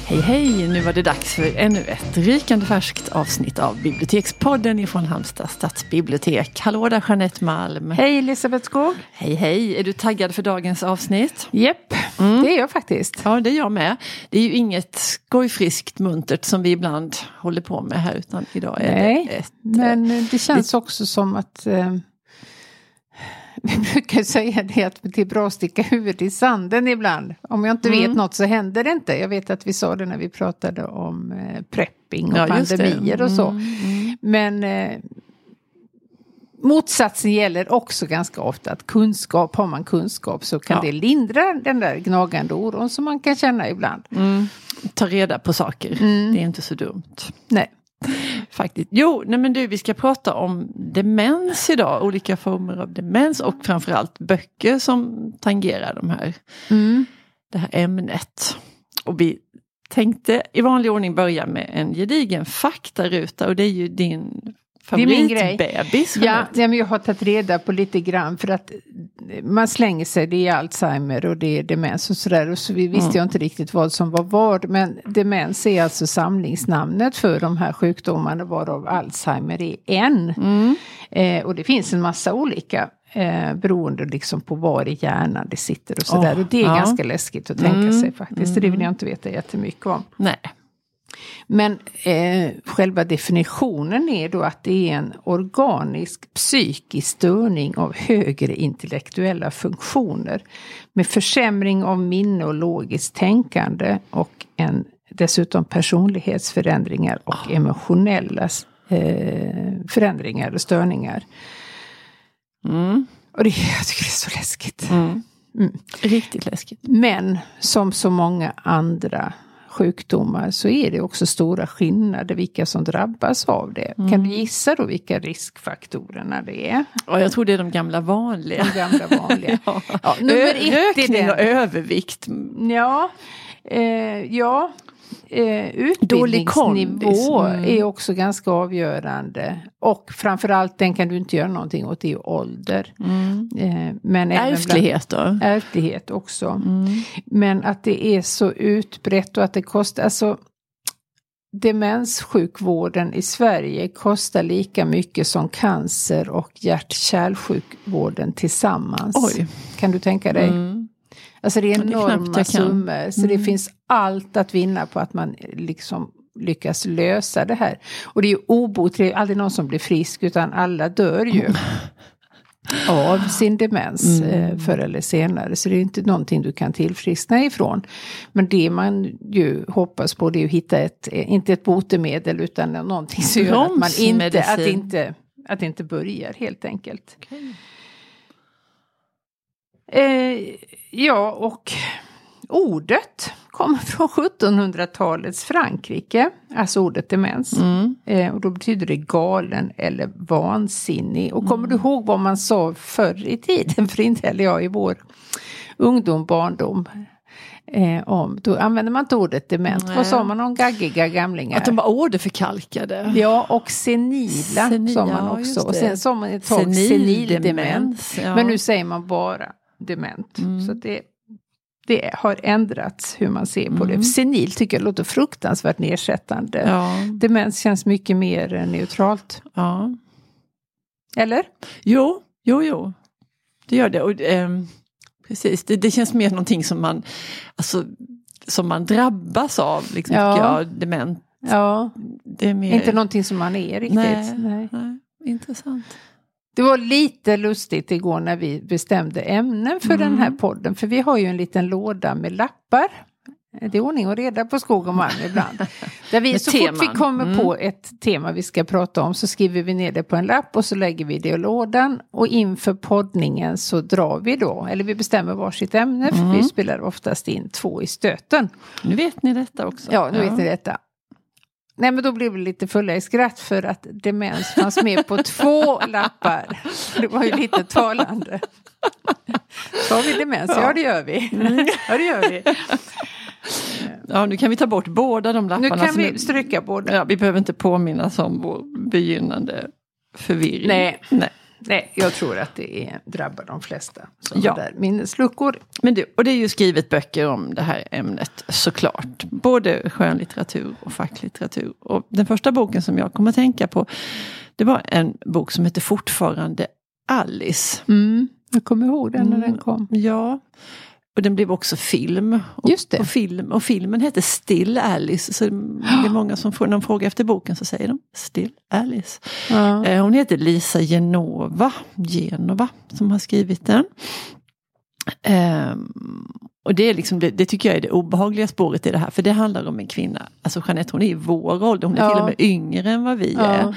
Hej hej, nu var det dags för ännu ett rykande färskt avsnitt av Bibliotekspodden ifrån Halmstad stadsbibliotek. Hallå där Jeanette Malm. Hej Elisabeth Skog. Hej hej, är du taggad för dagens avsnitt? Japp, det är jag faktiskt. Ja, det är jag med. Det är ju inget skojfriskt muntert som vi ibland håller på med här, utan idag är det ett... Men det känns också som att... Vi brukar säga det att det är bra att sticka huvudet i sanden ibland. Om jag inte vet något så händer det inte. Jag vet att vi sa det när vi pratade om prepping och pandemier och så. Men motsatsen gäller också ganska ofta att har man kunskap så kan det lindra den där gnagande oron som man kan känna ibland. Ta reda på saker, det är inte så dumt. Nej. Faktiskt. Men vi ska prata om demens idag. Olika former av demens och framförallt böcker som tangerar det här ämnet. Och vi tänkte i vanlig ordning börja med en gedigen faktaruta, och det är ju din favoritbebis. Ja, men jag har tagit reda på lite grann för att man slänger sig, det är Alzheimer och det är demens och sådär, och så visste jag inte riktigt vad som var vad, men demens är alltså samlingsnamnet för de här sjukdomarna, varav Alzheimer är en. Och det finns en massa olika beroende liksom på var i hjärnan det sitter och sådär, och det är ganska läskigt att tänka sig faktiskt, det vill jag inte veta jättemycket om. Nej. Men själva definitionen är då att det är en organisk psykisk störning av högre intellektuella funktioner med försämring av minne och logiskt tänkande och dessutom personlighetsförändringar och emotionella förändringar och störningar. Och jag tycker det är så läskigt. Riktigt läskigt. Men som så många andra sjukdomar så är det också stora skillnader vilka som drabbas av det. Kan du gissa då vilka riskfaktorerna det är? Ja, jag tror det är de gamla vanliga. Nummer 1 rökning och övervikt. Utbildningsnivå är också ganska avgörande. Och framförallt den kan du inte göra någonting åt, det är ålder. Men ärftlighet då? Ärftlighet också. Men att det är så utbrett och att det kostar... Alltså, demenssjukvården i Sverige kostar lika mycket som cancer- och hjärt-kärlsjukvården tillsammans. Oj. Kan du tänka dig? Alltså det är enorma summor, så det finns allt att vinna på att man liksom lyckas lösa det här. Och det är ju obotligt, aldrig någon som blir frisk, utan alla dör ju av sin demens förr eller senare. Så det är inte någonting du kan tillfriskna ifrån. Men det man ju hoppas på, det är att hitta inte ett botemedel, utan någonting som gör att man inte börjar helt enkelt. Okay. Och ordet kommer från 1700-talets Frankrike, alltså ordet demens. Och då betyder det galen eller vansinnig. Och kommer du ihåg vad man sa förr i tiden, för inte heller jag i vår barndom, då använde man inte ordet dement. Vad sa man om gaggiga gamlingar? Att de var åderförkalkade. Ja, och senila sa man också. Och sen sa man ett tag senildement. Men nu säger man bara dement. Så det har ändrats hur man ser på det. Senil tycker jag låter fruktansvärt nedsättande. Ja. Demens känns mycket mer neutralt. Ja. Eller? Jo. Det gör det. Och, precis, det känns mer någonting som man drabbas av. Liksom, dement. Ja, det är mer... inte någonting som man är riktigt. Nej. Intressant. Det var lite lustigt igår när vi bestämde ämnen för den här podden. För vi har ju en liten låda med lappar. Det är ordning och reda på Skog och Malm ibland. Där vi, så fort vi kommer på ett tema vi ska prata om, så skriver vi ner det på en lapp och så lägger vi det i lådan. Och inför poddningen så drar vi då, eller vi bestämmer varsitt ämne. För vi spelar oftast in 2 i stöten. Nu vet ni detta också. Ja, nu vet ni detta. Nej, men då blev vi lite fulla i skratt för att demens fanns med på 2 lappar. Det var ju lite talande. Har vi demens? Ja, det gör vi. Ja, nu kan vi ta bort båda de lapparna. Nu kan vi stryka båda. Ja, vi behöver inte påminnas om vår begynnande förvirring. Nej. Nej, jag tror att det drabbar de flesta som har där minnesluckor. Men och det är ju skrivit böcker om det här ämnet såklart. Både skönlitteratur och facklitteratur. Och den första boken som jag kommer att tänka på, det var en bok som heter Fortfarande Alice. Jag kommer ihåg den när den kom. Ja, och den blev också film. Just det. Och filmen heter Still Alice. Så det är många som får någon fråga efter boken så säger de Still Alice. Ja. Hon heter Lisa Genova som har skrivit den. Och det är liksom, det tycker jag är det obehagliga spåret i det här. För det handlar om en kvinna. Alltså Jeanette, hon är i vår ålder. Hon är till och med yngre än vad vi är.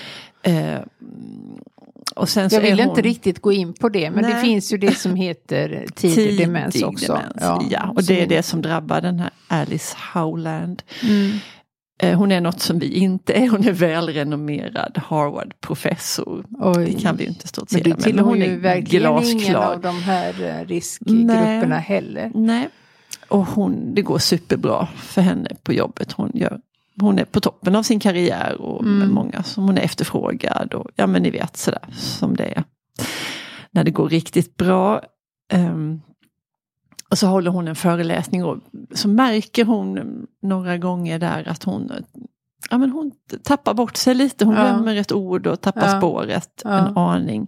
Och sen så jag vill inte riktigt gå in på det, men det finns ju det som heter tidig demens också. Ja, och det är det som drabbar den här Alice Howland. Hon är något som vi inte är. Hon är välrenommerad Harvard-professor. Det kan vi ju inte stå och säga. Men hon är ju verkligen ingen av de här riskgrupperna heller. Nej, och det går superbra för henne på jobbet. Hon är på toppen av sin karriär och med många som hon är efterfrågad. Och, ja, men ni vet sådär som det är. När det går riktigt bra. Och så håller hon en föreläsning och så märker hon några gånger där att hon tappar bort sig lite. Hon glömmer ett ord och tappar spåret en aning.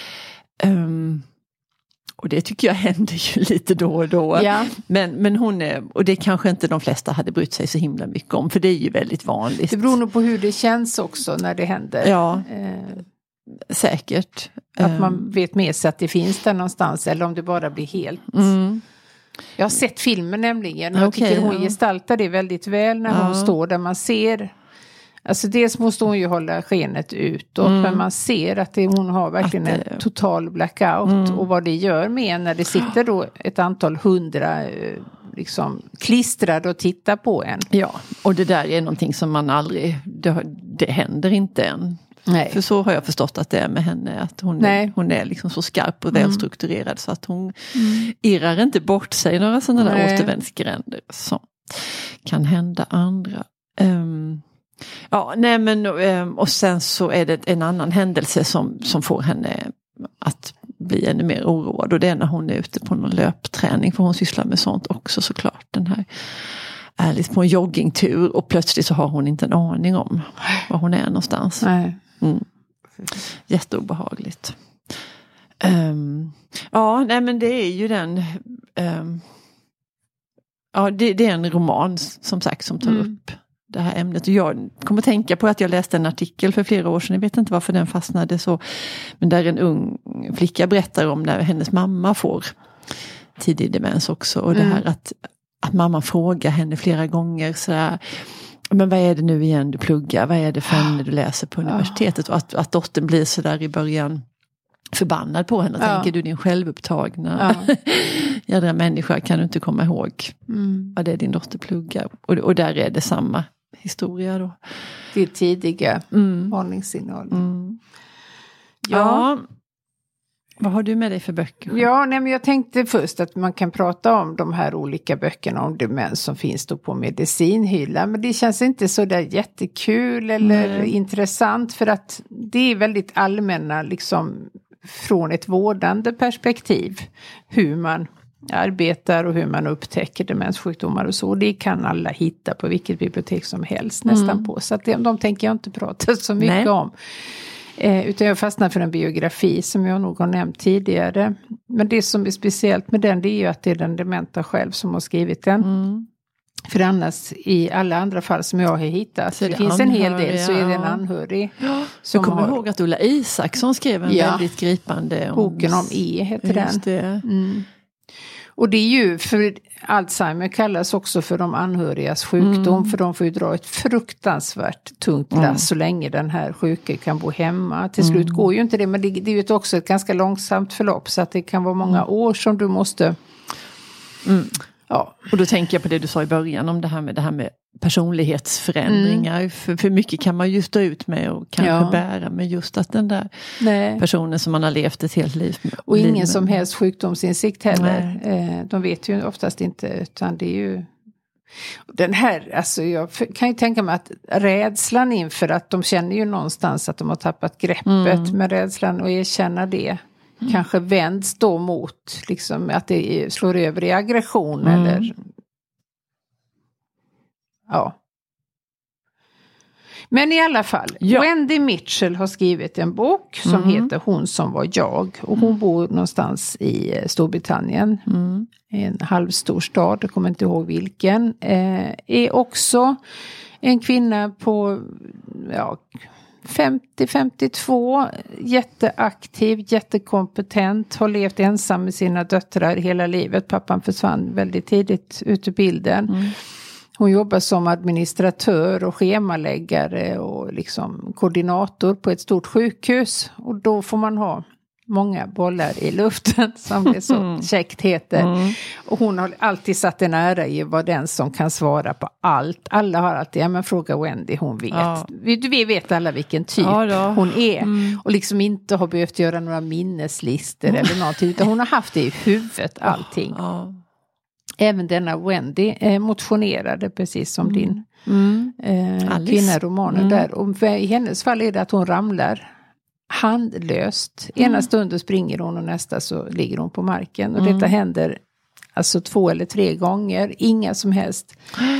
Och det tycker jag händer ju lite då och då. Ja. Men hon är, och det kanske inte de flesta hade brytt sig så himla mycket om. För det är ju väldigt vanligt. Det beror nog på hur det känns också när det händer. Ja, säkert. Att man vet med sig att det finns där någonstans. Eller om det bara blir helt. Jag har sett filmen nämligen. Och jag tycker hon gestaltar det väldigt väl när hon står där man ser. Alltså dels måste hon ju hålla skenet utåt. Men man ser att hon har verkligen en total blackout. Och vad det gör med när det sitter då ett antal 100 liksom klistrade och tittar på en. Ja, och det där är någonting som man aldrig, det händer inte än. Nej. För så har jag förstått att det är med henne. Att hon är liksom så skarp och välstrukturerad så att hon irrar inte bort sig några sådana där återvändsgränder som kan hända andra. Och sen så är det en annan händelse som får henne att bli ännu mer oroad. Och det är när hon är ute på någon löpträning. För hon sysslar med sånt också såklart. Den här Alice på en joggingtur. Och plötsligt så har hon inte en aning om var hon är någonstans. Nej. Jätteobehagligt. Men det är ju den... det är en roman som sagt som tar upp det här ämnet. Och jag kommer att tänka på att jag läste en artikel för flera år sedan. Jag vet inte varför den fastnade så. Men där en ung flicka berättar om när hennes mamma får tidig demens också. Och det här att mamma frågar henne flera gånger sådär. Men vad är det nu igen du pluggar? Vad är det för ämne du läser på universitetet? Och att dottern blir sådär i början förbannad på henne och tänker du din självupptagna jädra människa, kan du inte komma ihåg vad det är din dotter pluggar? Och där är det samma historia då. Det är tidiga varningssignaler. Ja. Vad har du med dig för böcker? Ja, men jag tänkte först att man kan prata om de här olika böckerna om demens som finns då på medicinhyllan. Men det känns inte så där jättekul eller intressant för att det är väldigt allmänna liksom från ett vårdande perspektiv. Hur man arbetar och hur man upptäcker demenssjukdomar och så. Det kan alla hitta på vilket bibliotek som helst nästan på. Så att de tänker jag inte prata så mycket om. Utan jag fastnar för en biografi som jag nog har nämnt tidigare. Men det som är speciellt med den, det är ju att det är den dementa själv som har skrivit den. För annars i alla andra fall som jag har hittat, så det finns en hel del, så är det en anhörig. Jag kommer ihåg att Ulla Isaksson skrev en väldigt gripande boken om heter den. Det. Och det är ju, för Alzheimer kallas också för de anhörigas sjukdom. För de får ju dra ett fruktansvärt tungt lass så länge den här sjuka kan bo hemma. Till slut går ju inte det, men det är ju också ett ganska långsamt förlopp. Så att det kan vara många år som du måste... Ja. Och då tänker jag på det du sa i början om det här med personlighetsförändringar. För mycket kan man ju stå ut med och kanske bära. Men just att den där personen som man har levt ett helt liv med. Och ingen som helst sjukdomsinsikt heller. De vet ju oftast inte, utan det är ju... Den här, alltså jag kan ju tänka mig att rädslan inför att de känner ju någonstans att de har tappat greppet med rädslan och erkänna det. Kanske vänds då mot liksom att det slår över i aggression eller ja. Men i alla fall, Wendy Mitchell har skrivit en bok som heter Hon som var jag. Och hon bor någonstans i Storbritannien. En halvstor stad, jag kommer inte ihåg vilken. Är också en kvinna på 50-52. Jätteaktiv, jättekompetent. Har levt ensam med sina döttrar hela livet. Pappan försvann väldigt tidigt ut ur bilden. Hon jobbar som administratör och schemaläggare och liksom koordinator på ett stort sjukhus. Och då får man ha många bollar i luften som det så käckt heter. Och hon har alltid satt en ära i att vara den som kan svara på allt. Alla har alltid, men fråga Wendy, hon vet. Ja. Vi vet alla vilken typ hon är. Och liksom inte har behövt göra några minneslister eller någonting. Utan hon har haft det i huvudet, allting. Även denna Wendy motionerade precis som din kvinnaromaner där. Och i hennes fall är det att hon ramlar handlöst. Ena stunden springer hon och nästa så ligger hon på marken. Och detta händer alltså 2 eller 3 gånger. Inga som helst.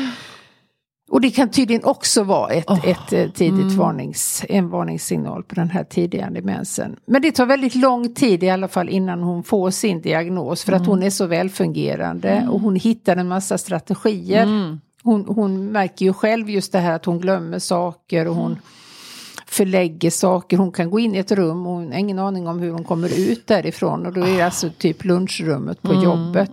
Och det kan tydligen också vara ett tidigt en varningssignal på den här tidiga demensen. Men det tar väldigt lång tid i alla fall innan hon får sin diagnos. För att hon är så välfungerande och hon hittar en massa strategier. Hon märker ju själv just det här att hon glömmer saker och hon förlägger saker. Hon kan gå in i ett rum och hon har ingen aning om hur hon kommer ut därifrån. Och då är det alltså typ lunchrummet på jobbet.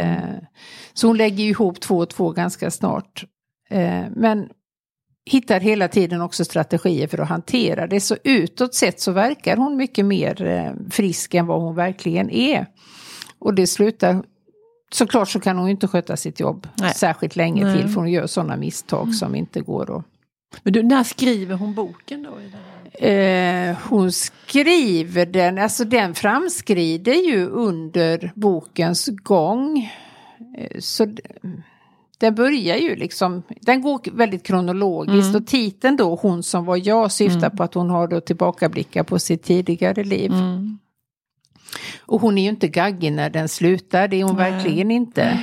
Så hon lägger ihop 2 och 2 ganska snart. Men hittar hela tiden också strategier för att hantera det. Så utåt sett så verkar hon mycket mer frisk än vad hon verkligen är. Och det slutar, såklart så kan hon inte sköta sitt jobb särskilt länge till. För hon gör sådana misstag som inte går att... Men när skriver hon boken då? Hon skriver den, alltså den framskrider ju under bokens gång. Så... Den börjar ju liksom, den går väldigt kronologiskt och titeln då, Hon som var jag, syftar på att hon har då tillbakablickar på sitt tidigare liv. Och hon är ju inte gaggig när den slutar, det är hon verkligen inte.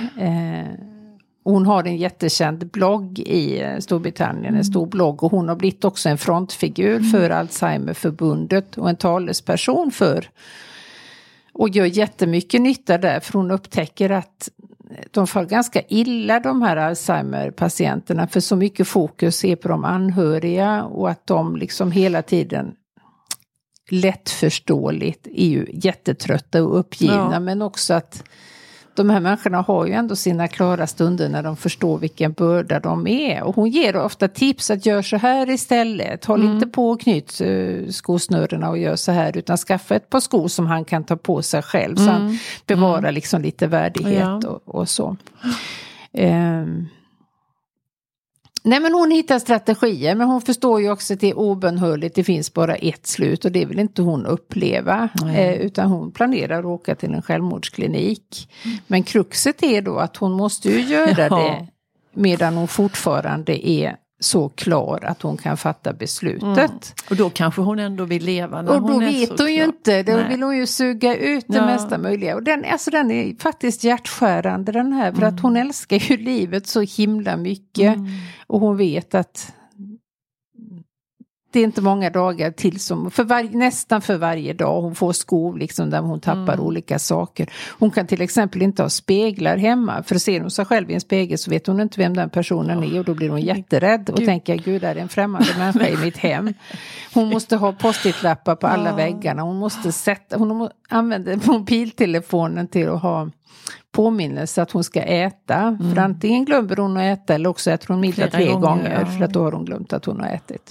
Hon har en jättekänd blogg i Storbritannien, en stor blogg, och hon har blivit också en frontfigur för Alzheimerförbundet och en talesperson för, och gör jättemycket nytta där, för hon upptäcker att de får ganska illa, de här Alzheimer-patienterna, för så mycket fokus är på de anhöriga och att de liksom hela tiden lättförståeligt är ju jättetrötta och uppgivna, men också att de här människorna har ju ändå sina klara stunder när de förstår vilken börda de är. Och hon ger ofta tips att gör så här istället. Håll inte på och knyt skosnörerna och gör så här, utan skaffa ett par skor som han kan ta på sig själv. Så han bevarar liksom lite värdighet och så. Nej, men hon hittar strategier, men hon förstår ju också att det är obönhörligt, det finns bara ett slut och det vill inte hon uppleva, utan hon planerar att åka till en självmordsklinik. Men kruxet är då att hon måste ju göra det medan hon fortfarande är så klar att hon kan fatta beslutet. Och då kanske hon ändå vill leva när och då hon är vet hon ju inte, då vill hon ju suga ut det mesta möjliga. Och den är faktiskt hjärtskärande den här, för att hon älskar ju livet så himla mycket. Och hon vet att det är inte många dagar till som, nästan för varje dag hon får skov liksom, där hon tappar olika saker. Hon kan till exempel inte ha speglar hemma, för ser hon sig själv i en spegel så vet hon inte vem den personen är, och då blir hon jätterädd och tänker, gud, är det en främmande människa i mitt hem. Hon måste ha post-it-lappar på alla väggarna, hon använder mobiltelefonen till att ha påminnelse att hon ska äta, för antingen glömmer hon att äta eller också äter hon middag 3 gånger för att då har hon glömt att hon har ätit.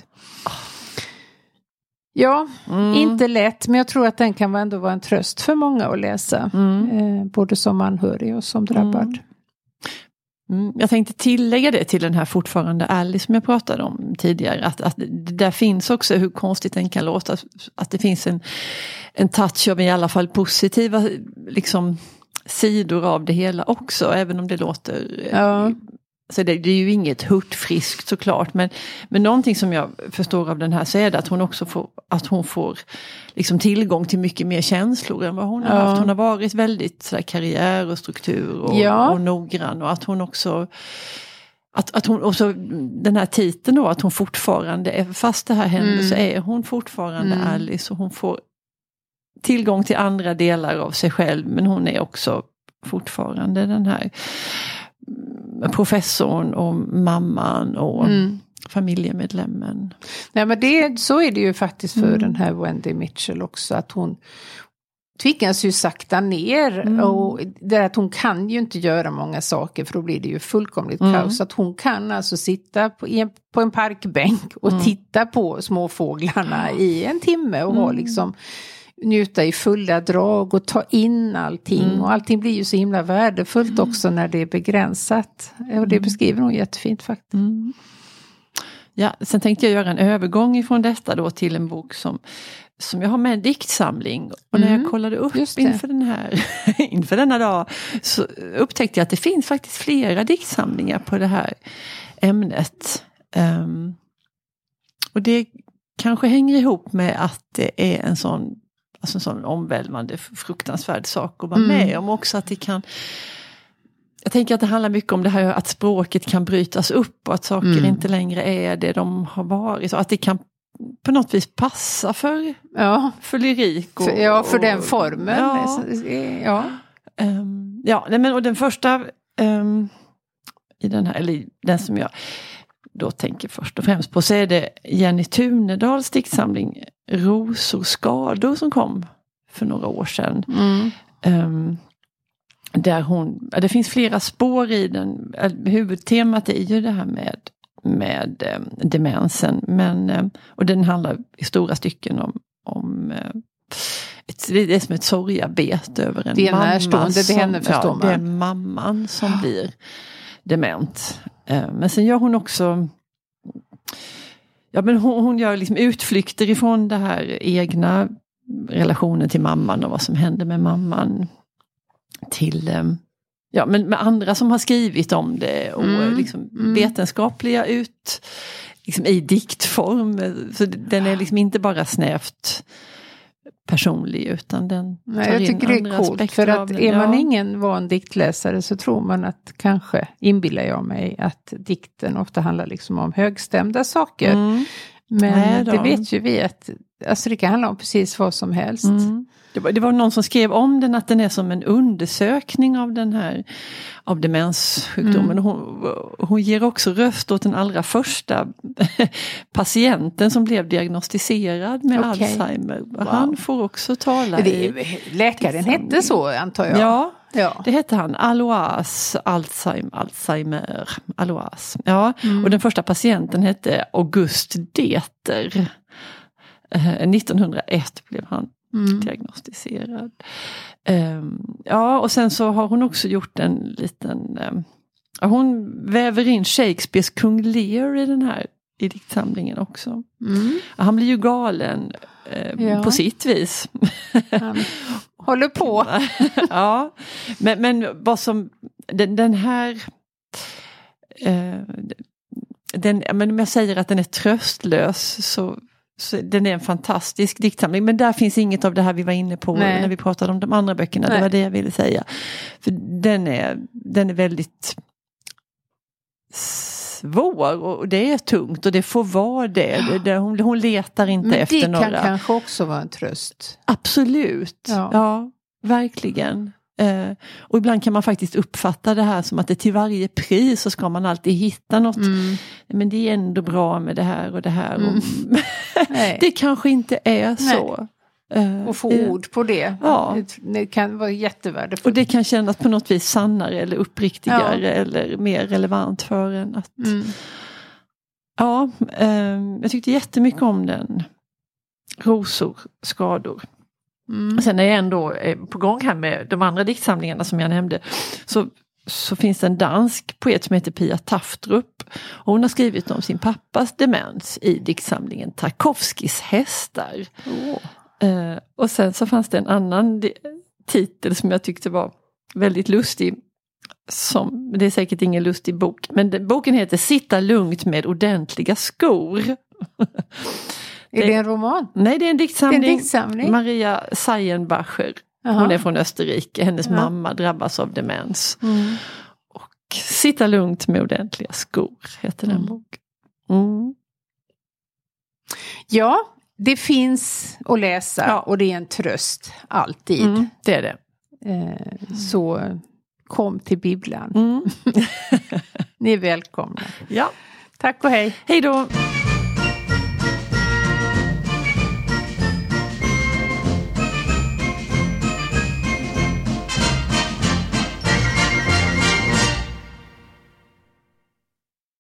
Ja, inte lätt, men jag tror att den kan ändå vara en tröst för många att läsa, både som anhörig och som drabbad. Jag tänkte tillägga det till den här fortfarande Alice som jag pratade om tidigare, att där finns också, hur konstigt den kan låta, att det finns en touch av i alla fall positiva liksom sidor av det hela också, även om det låter Så det är ju inget hurtfriskt såklart, men någonting som jag förstår av den här så är det att hon också får liksom tillgång till mycket mer känslor än vad hon har haft. Hon har varit väldigt så där, karriär och struktur och noggrann, och att hon också den här titeln då, att hon fortfarande är, fast det här händer så är hon fortfarande Alice, och hon får tillgång till andra delar av sig själv, men hon är också fortfarande den här professorn och mamman och familjemedlemmen. Nej, men så är det ju faktiskt för den här Wendy Mitchell också, att hon tvingas ju sakta ner och det att hon kan ju inte göra många saker, för då blir det ju fullkomligt kaos. Att hon kan alltså sitta på en parkbänk och titta på småfåglarna i en timme och ha liksom njuta i fulla drag och ta in allting. Och allting blir ju så himla värdefullt också när det är begränsat. Och det beskriver hon jättefint faktiskt. Ja, sen tänkte jag göra en övergång ifrån detta då till en bok som jag har med en diktsamling. Och när jag kollade upp inför denna dag så upptäckte jag att det finns faktiskt flera diktsamlingar på det här ämnet. Och det kanske hänger ihop med att det är en sån omvälvande, fruktansvärd sak att vara med om också, att det kan. Jag tänker att det handlar mycket om det här att språket kan brytas upp och att saker inte längre är det de har varit. Så att det kan på något vis passa för lyrik. För den formen. Och den första i den här, eller den som jag då tänker först och främst på, så är det Jenny Tunedals diktsamling Rosor skador som kom för några år sedan. Där det finns flera spår i den. Huvudtemat är ju det här med demensen, och den handlar i stora stycken om det är som ett sorgarbete över en mamma. Närstående, det är henne, förstår man. Det är mamman som blir dement. Men sen gör hon också hon gör liksom utflykter ifrån det här egna relationen till mamman och vad som händer med mamman till men med andra som har skrivit om det och liksom vetenskapliga liksom i diktform, så den är liksom inte bara snävt personlig, utan den tar jag in tycker det är coolt, för att är man ingen van diktläsare så tror man att, kanske inbillar jag mig, att dikten ofta handlar liksom om högstämda saker. Men det vet ju vi att alltså det kan handla om precis vad som helst. Det var någon som skrev om den att den är som en undersökning av demenssjukdomen. Hon ger också röst åt den allra första patienten som blev diagnostiserad med Alzheimer. Wow. Han får också tala. Läkaren hette så, antar jag. Ja, det hette han. Alois Alzheimer. Alois. Ja, och den första patienten hette August Deter. 1901 blev han diagnostiserad. Och sen så har hon också gjort en liten hon väver in Shakespeares kung Lear i diktsamlingen också. Han blir ju galen på sitt vis. Han håller på. Ja, men vad som den här men om jag säger att den är tröstlös, så den är en fantastisk diktsamling, men där finns inget av det här vi var inne på när vi pratade om de andra böckerna. Det var det jag ville säga. För den är väldigt svår, och det är tungt, och det får vara det. Hon letar inte efter några. Men det kan kanske också vara en tröst. Absolut. Ja, verkligen. Och ibland kan man faktiskt uppfatta det här som att det till varje pris så ska man alltid hitta något. Men det är ändå bra med det här och det här. Och det kanske inte är så. Och få ord på det. Ja. Det kan vara jättevärdefullt. Och det kan kännas på något vis sannare eller uppriktigare eller mer relevant för en. Att, jag tyckte jättemycket om den. Rosor, skador. Sen när jag ändå är på gång här med de andra diktsamlingarna som jag nämnde, så finns det en dansk poet som heter Pia Taftrup. Hon har skrivit om sin pappas demens i diktsamlingen Tarkovskis hästar. Och sen så fanns det en annan titel som jag tyckte var väldigt lustig. det är säkert ingen lustig bok, men boken heter Sitta lugnt med ordentliga skor. Är det en roman? Nej, det är en diktsamling. Det är en diktsamling. Maria Seienbacher. Hon är från Österrike. Hennes mamma drabbas av demens. Och Sitta lugnt med ordentliga skor heter den boken. Ja, det finns att läsa och det är en tröst alltid. Det är det. Så kom till bibblan. Ni är välkomna. Ja. Tack och hej. Hej då.